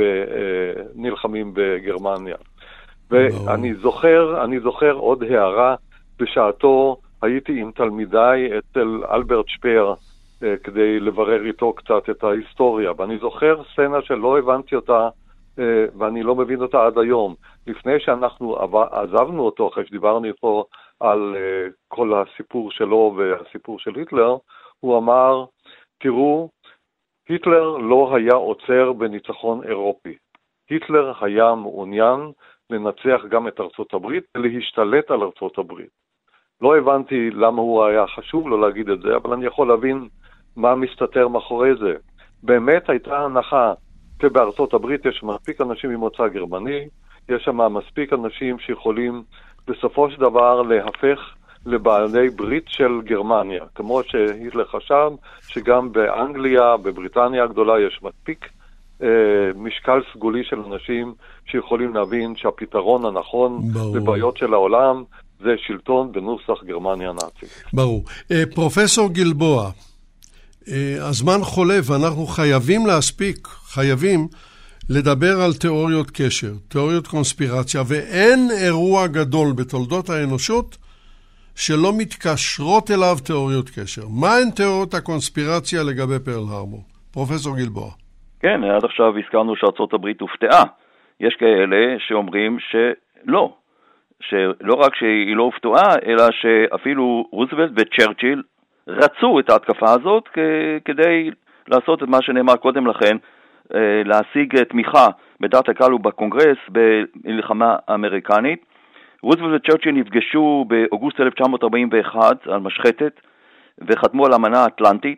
בגרמניה. ואני זוכר עוד הערה, בשעתו הייתי עם תלמידיי אצל אלברט שפיר, כדי לברר איתו קצת את ההיסטוריה, ואני זוכר סצנה שלא הבנתי אותה, ואני לא מבין אותה עד היום. לפני שאנחנו עזבנו אותו, אחרי שדיברנו פה על כל הסיפור שלו והסיפור של היטלר, הוא אמר, תראו, היטלר לא היה עוצר בניצחון אירופי. היטלר היה מעוניין לנצח גם את ארצות הברית ולהשתלט על ארצות הברית. לא הבנתי למה הוא היה חשוב לו להגיד את זה, אבל אני יכול להבין מה מסתתר מאחורי זה. באמת הייתה הנחה שבארצות הברית יש מספיק אנשים ממוצא גרמני, יש שם מספיק אנשים שיכולים בסופו של דבר להפך לבעלי ברית של גרמניה, כמו שהיטלר חשב שגם באנגליה, בבריטניה הגדולה יש מספיק משקל סגולי של אנשים שיכולים להבין שהפתרון הנכון לבעיות של העולם זה שלטון בנוסח גרמניה הנאצית. ברור. פרופסור גלבוע, הזמן חולף, אנחנו חייבים לדבר על תיאוריות קשר, תיאוריות קונספירציה, ואין אירוע גדול בתולדות האנושות שלא מתקשרות אליו תיאוריות קשר. מה הן תיאוריות הקונספירציה לגבי פרל הרבור? פרופסור גלבוע. כן, עד עכשיו הזכרנו שארצות הברית הופתעה. יש כאלה שאומרים שלא רק שהיא לא הופתעה, אלא שאפילו רוזוולט וצ'רצ'יל רצו את ההתקפה הזאת כדי לעשות את מה שנאמר קודם לכן, להשיג תמיכה בדעת הקהל ובקונגרס במלחמה האמריקנית. רוזוולט וצ'רצ'יל נפגשו באוגוסט 1941 על משחטת וחתמו על אמנה האטלנטית.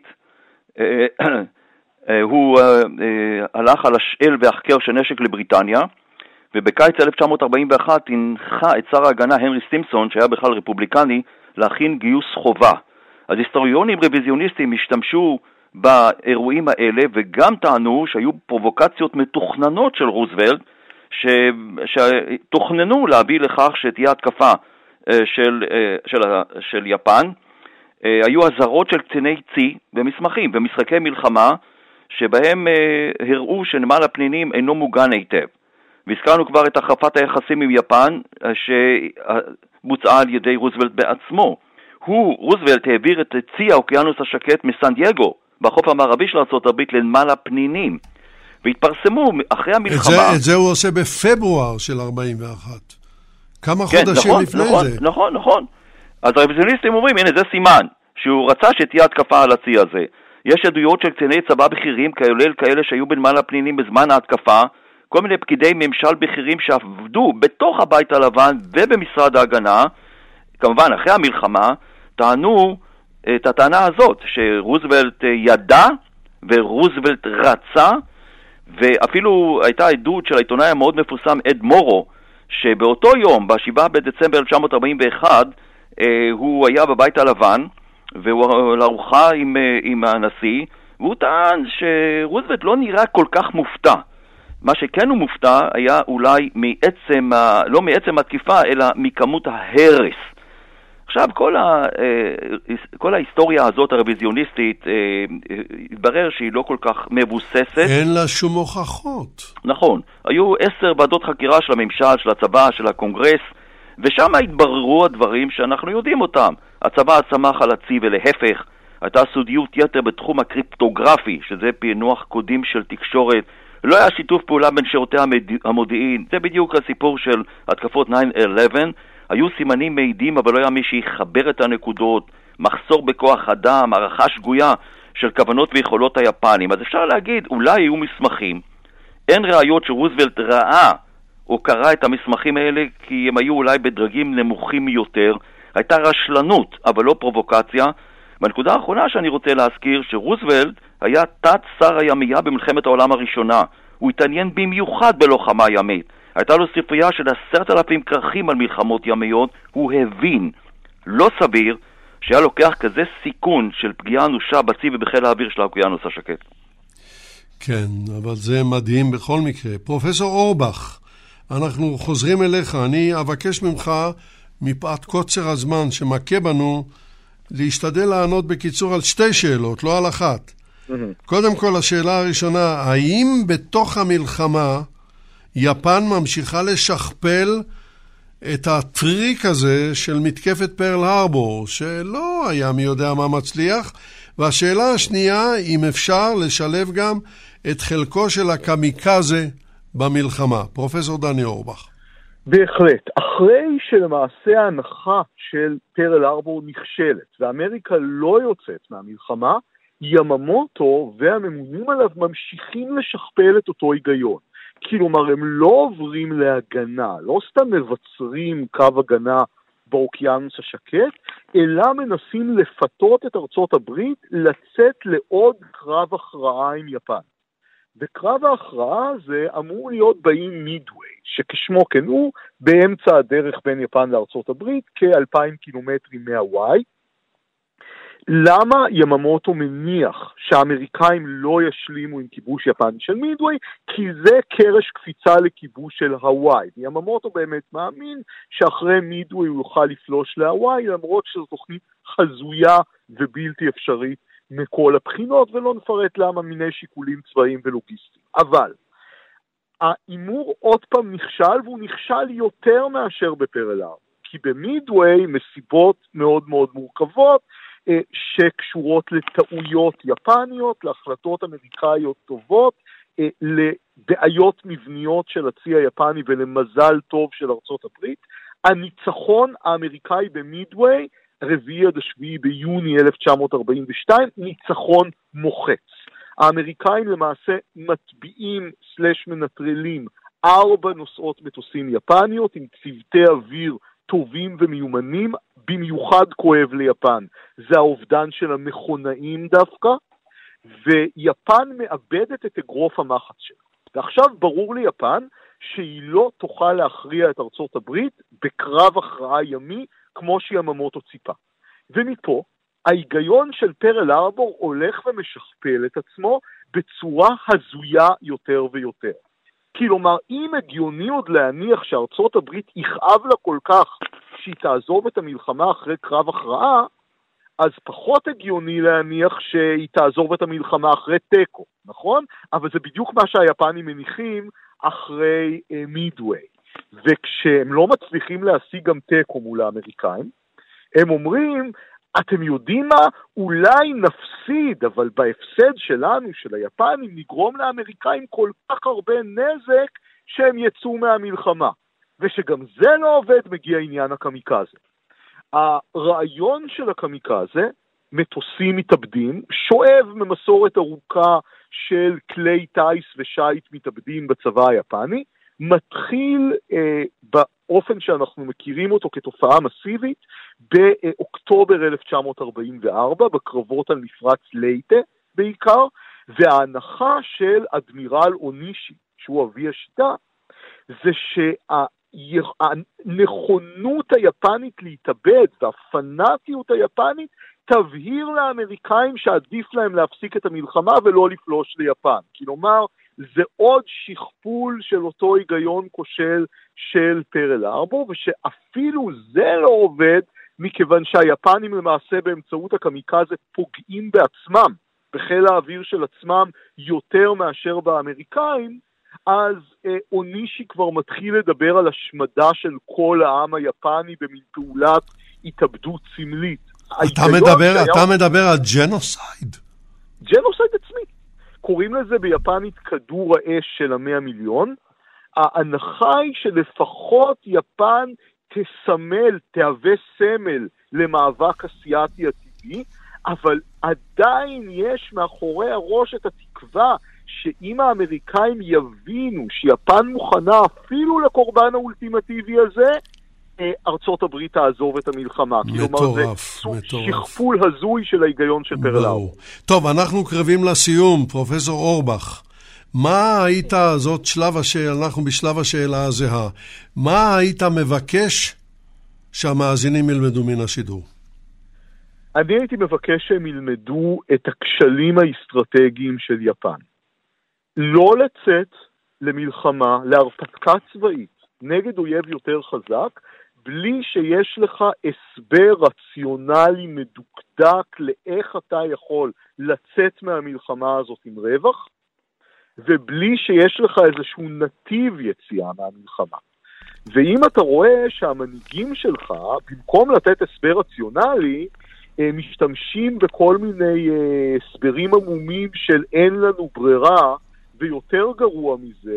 הוא הלך על השאל והחקר של נשק לבריטניה, ובקיץ 1941 הנחה את שר ההגנה הנרי סטימפסון, שהיה בכלל רפובליקני, להכין גיוס חובה. אז היסטוריונים רוויזיוניסטים השתמשו באירועים האלה, וגם טענו שהיו פרובוקציות מתוכננות של רוזוולט, שתוכננו להביא לכך שתהיה התקפה של יפן. היו הזהרות של קציני צי במסמכים, במשחקי מלחמה, שבהם הראו שנמל הפנינים אינו מוגן היטב. והזכרנו כבר את החרפת היחסים עם יפן, שבוצעה על ידי רוזוולט בעצמו. רוזוולט העביר את צי האוקיינוס השקט מסן דייגו, בחוף המערבי של ארצות הברית, לנמל הפנינים. והתפרסמו אחרי המלחמה. את זה הוא עושה בפברואר של 41. כמה חודשים לפני זה. נכון. אז הרוויזיוניסטים אומרים, הנה זה סימן, שהוא רצה שתהיה התקפה על הצי הזה. יש עדויות של קציני צבא בכירים, כאלה שהיו בנמל הפנינים בזמן ההתקפה, כל מיני פקידי ממשל בכירים שעבדו בתוך הבית הלבן ובמשרד ההגנה, כמובן אחרי המלחמה, טענו את הטענה הזאת, שרוזוולט ידע ורוזוולט רצה, ואפילו הייתה עדות של העיתונאי המאוד מפורסם אד מורו, שבאותו יום, ב7 בדצמבר 1941, הוא היה בבית הלבן, והוא לארוחה עם הנשיא, והוא טען שרוזוולט לא נראה כל כך מופתע. מה שכן הוא מופתע היה אולי לא מעצם התקיפה, אלא מכמות ההרס. עכשיו, כל ההיסטוריה הזאת הרוויזיוניסטית התברר שהיא לא כל כך מבוססת. אין לה שום הוכחות. נכון. היו 10 ועדות חקירה של הממשל, של הצבא, של הקונגרס, ושם התבררו הדברים שאנחנו יודעים אותם. הצבא צמח על הצי ולהפך. הייתה סודיות יתר בתחום הקריפטוגרפי, שזה פענוח קודים של תקשורת. לא היה שיתוף פעולה בין שירותי המודיעין. זה בדיוק הסיפור של התקפות 9/11. היו סימנים מעידים, אבל לא היה מי שיחבר את הנקודות, מחסור בכוח אדם, הערכה שגויה של כוונות ויכולות היפנים. אז אפשר להגיד, אולי היו מסמכים. אין ראיות שרוזוולט ראה או קרא את המסמכים האלה, כי הם היו אולי בדרגים נמוכים יותר. הייתה רשלנות, אבל לא פרובוקציה. בנקודה האחרונה שאני רוצה להזכיר, שרוזוולט היה תת שר הימייה במלחמת העולם הראשונה. הוא התעניין במיוחד בלוחמה ימית. הייתה לו ספרייה של 10,000 כרכים על מלחמות ימיות. הוא הבין, לא סביר, שהיה לוקח כזה סיכון של פגיעה אנושה בצי ובחיל האוויר של האוקיינוס השקט. כן, אבל זה מדהים בכל מקרה. פרופסור אורבך, אנחנו חוזרים אליך. אני אבקש ממך, מפאת קוצר הזמן שמכה בנו, להשתדל לענות בקיצור על 2 שאלות, לא על 1. קודם כל, השאלה הראשונה, האם בתוך המלחמה יפן ממשיכה לשכפל את הטריק הזה של מתקפת פרל הרבור, שלא היה מי יודע מה מצליח? והשאלה השנייה, אם אפשר לשלב גם את חלקו של הקמיקזה במלחמה. פרופסור דני אורבך. בהחלט. אחרי שלמעשה ההנחה של פרל הרבור נכשלת, ואמריקה לא יוצאת מהמלחמה, יממוטו והממונים עליו ממשיכים לשכפל את אותו היגיון. כלומר, הם לא עוברים להגנה, לא סתם מבצרים קו הגנה באוקיינוס השקט, אלא מנסים לפתות את ארצות הברית לצאת לעוד קרב הכרעה עם יפן. וקרב ההכרעה הזה אמור להיות באי מידווי, שכשמו כן הוא, באמצע הדרך בין יפן לארצות הברית, כ-2,000 קילומטרים מהוואי. למה יממוטו מניח שהאמריקאים לא ישלימו עם כיבוש יפני של מידווי? כי זה קרש קפיצה לכיבוש של הוואי. יממוטו באמת מאמין שאחרי מידווי הוא יוכל לפלוש להוואי, למרות שזו תוכנית חזויה ובלתי אפשרית מכל הבחינות, ולא נפרט למה מיני שיקולים צבאיים ולוגיסטיים. אבל האימור עוד פעם נכשל, והוא נכשל יותר מאשר בפרל הארבור. כי במידווי מסיבות מאוד מאוד מורכבות, שקשורות לטעויות יפניות, להחלטות אמריקאיות טובות, לבעיות מבניות של הצי היפני ולמזל טוב של ארצות הברית. הניצחון האמריקאי במידווי, 4-7 ביוני 1942, ניצחון מוחץ. האמריקאים למעשה מטביעים מנטרלים 4 נוסעות מטוסים יפניות עם צוותי אוויר טובים ומיומנים, במיוחד כואב ליפן. זה האובדן של המכונאים דווקא, ויפן מאבדת את אגרוף המחץ שלה. ועכשיו ברור ליפן שהיא לא תוכל להכריע את ארצות הברית בקרב הכרעה ימי, כמו שיממוטו ציפה. ומפה, ההיגיון של פרל הרבור הולך ומשכפל את עצמו בצורה הזויה יותר ויותר. כלומר, אם הגיוני עוד להניח שארצות הברית יכאב לה כל כך שהיא תעזוב את המלחמה אחרי קרב הכרעה, אז פחות הגיוני להניח שהיא תעזוב את המלחמה אחרי טקו, נכון? אבל זה בדיוק מה שהיפנים מניחים אחרי מידווי. וכשהם לא מצליחים להשיג גם טקו מול האמריקאים, הם אומרים, אתם יודעים מה? אולי נפסיד, אבל בהפסד שלנו, של היפנים, נגרום לאמריקאים כל כך הרבה נזק שהם יצאו מהמלחמה. ושגם זה לא עובד, מגיע עניין הקמיקזה. הרעיון של הקמיקזה, מטוסים מתאבדים, שואב ממסורת ארוכה של כלי טייס ושייט מתאבדים בצבא היפני, מתחיל באופן שאנחנו מכירים אותו כתופעה מסיבית, באוקטובר 1944, בקרבות על מפרץ לייטה בעיקר, וההנחה של אדמירל אונישי, שהוא אבי השיטה, זה שהנכונות היפנית להתאבד והפנאטיות היפנית תבהיר לאמריקאים שעדיף להם להפסיק את המלחמה ולא לפלוש ליפן. כלומר, זה עוד שכפול של אותו היגיון כושל של פרל הרבור, ושאפילו זה לא עובד, מכיוון שהיפנים למעשה באמצעות הקמיקזה פוגעים בעצמם, בחיל האוויר של עצמם יותר מאשר באמריקאים, אז אונישי כבר מתחיל לדבר על השמדה של כל העם היפני במין פעולת התאבדות סמלית. אתה מדבר על ג'נוסייד. ג'נוסייד עצמי. קוראים לזה ביפנית כדור האש של 100 מיליון. ההנחה היא שלפחות יפן תהווה סמל למאבק אסיאטי עתידי, אבל עדיין יש מאחורי הראש את התקווה שאם האמריקאים יבינו שיפן מוכנה אפילו לקורבן האולטימטיבי הזה, ארצות הברית תעזוב את המלחמה. מטורף. שכפול הזוי של ההיגיון של פרל הארבור. טוב, אנחנו קרבים לסיום, פרופסור אורבך. מה היית, זאת שלב השאלה, אנחנו בשלב השאלה הזהה, מה היית מבקש שהמאזינים ילמדו מן השידור? אני הייתי מבקש שהם ילמדו את הכשלים האסטרטגיים של יפן. לא לצאת למלחמה, להרפתקה צבאית, נגד אויב יותר חזק, בלי שיש לך הסבר רציונלי מדוקדק לאיך אתה יכול לצאת מהמלחמה הזאת עם רווח, ובלי שיש לך איזשהו נתיב יציאה מהמלחמה. ואם אתה רואה שהמנהיגים שלך, במקום לתת הסבר רציונלי, משתמשים בכל מיני הסברים עמומים של אין לנו ברירה, ויותר גרוע מזה,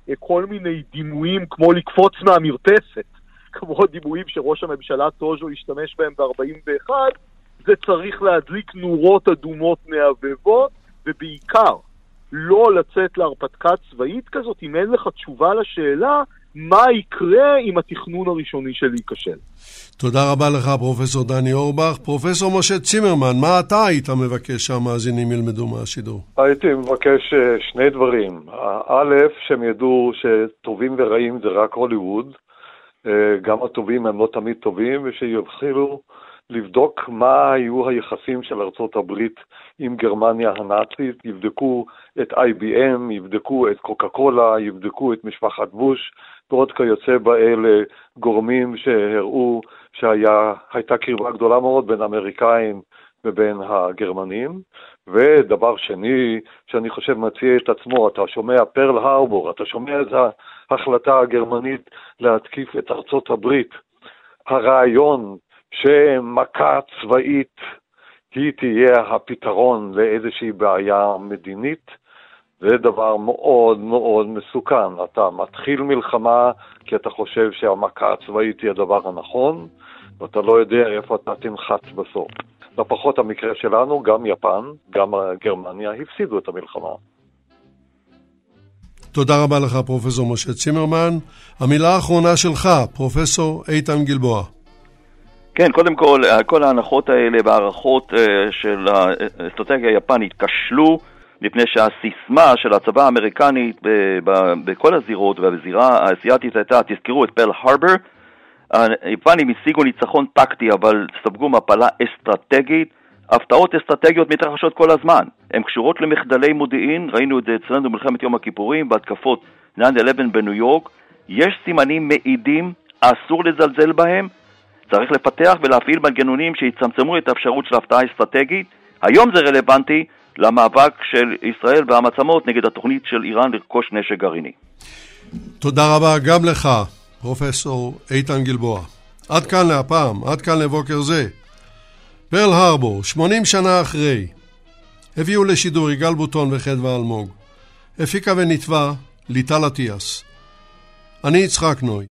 כל מיני דימויים כמו לקפוץ מהמרתפת, כמו דימויים שראש הממשלה טוז'ו השתמש בהם ב-41, זה צריך להדליק נורות אדומות מהבהבות, ובעיקר לא לצאת להרפתקה צבאית כזאת, אם אין לך תשובה לשאלה מה יקרה אם התכנון הראשוני שלי ייכשל. תודה רבה לך פרופסור דני אורבך. פרופסור משה צימרמן, מה אתה היית מבקש שהמאזינים ילמדו מהשידור? הייתי מבקש שני דברים. א', שהם ידעו שטובים ורעים זה רק הוליווד, גם הטובים הם לא תמיד טובים, ושיתחילו לבדוק מה היו היחסים של ארצות הברית עם גרמניה הנאצית, יבדקו את IBM, יבדקו את קוקה קולה, יבדקו את משפחת בוש, ועוד כיוצא באלה גורמים שהראו שהייתה קרבה גדולה מאוד בין האמריקאים ובין הגרמנים. ודבר שני, שאני חושב מציע את עצמו, אתה שומע פרל הרבור, אתה שומע את ההחלטה הגרמנית להתקיף את ארצות הברית. הרעיון שמכה צבאית היא תהיה הפתרון לאיזושהי בעיה מדינית, זה דבר מאוד מאוד מסוכן. אתה מתחיל מלחמה כי אתה חושב שהמכה הצבאית היא הדבר הנכון, ואתה לא יודע איפה אתה תנחת בסוף. לפחות המקרה שלנו, גם יפן, גם גרמניה, הפסידו את המלחמה. תודה רבה לך פרופסור משה צימרמן. המילה האחרונה שלך, פרופסור איתן גלבוע. כן, קודם כל ההנחות האלה והערכות של האסטרטגיה היפנית כשלו, מפני שהסיסמה של הצבא האמריקנית בכל הזירות ובזירה האסייתית הייתה, תזכרו את פרל הרבר, היפנים השיגו ניצחון טקטי אבל ספגו מפלה אסטרטגית. הפתעות אסטרטגיות מתרחשות כל הזמן, הן קשורות למחדלי מודיעין, ראינו את זה אצלנו במלחמת יום הכיפורים, בהתקפות 9/11 בניו יורק. יש סימנים מעידים, אסור לזלזל בהם, צריך לפתח ולהפעיל מנגנונים שיצמצמו את האפשרות של הפתעה אסטרטגית. היום זה רלוונטי למאבק של ישראל והמעצמות נגד התוכנית של איראן לרכוש נשק גרעיני. תודה רבה גם לך, פרופסור איתן גלבוע. עד כאן להפעם, עד כאן לבוקר זה. פרל הרבור, 80 שנה אחרי, הביאו לשידור יגאל בוטון וחדווה אלמוג. הפיקה ונתבע ליטל אטיאס. אני יצחק נוי.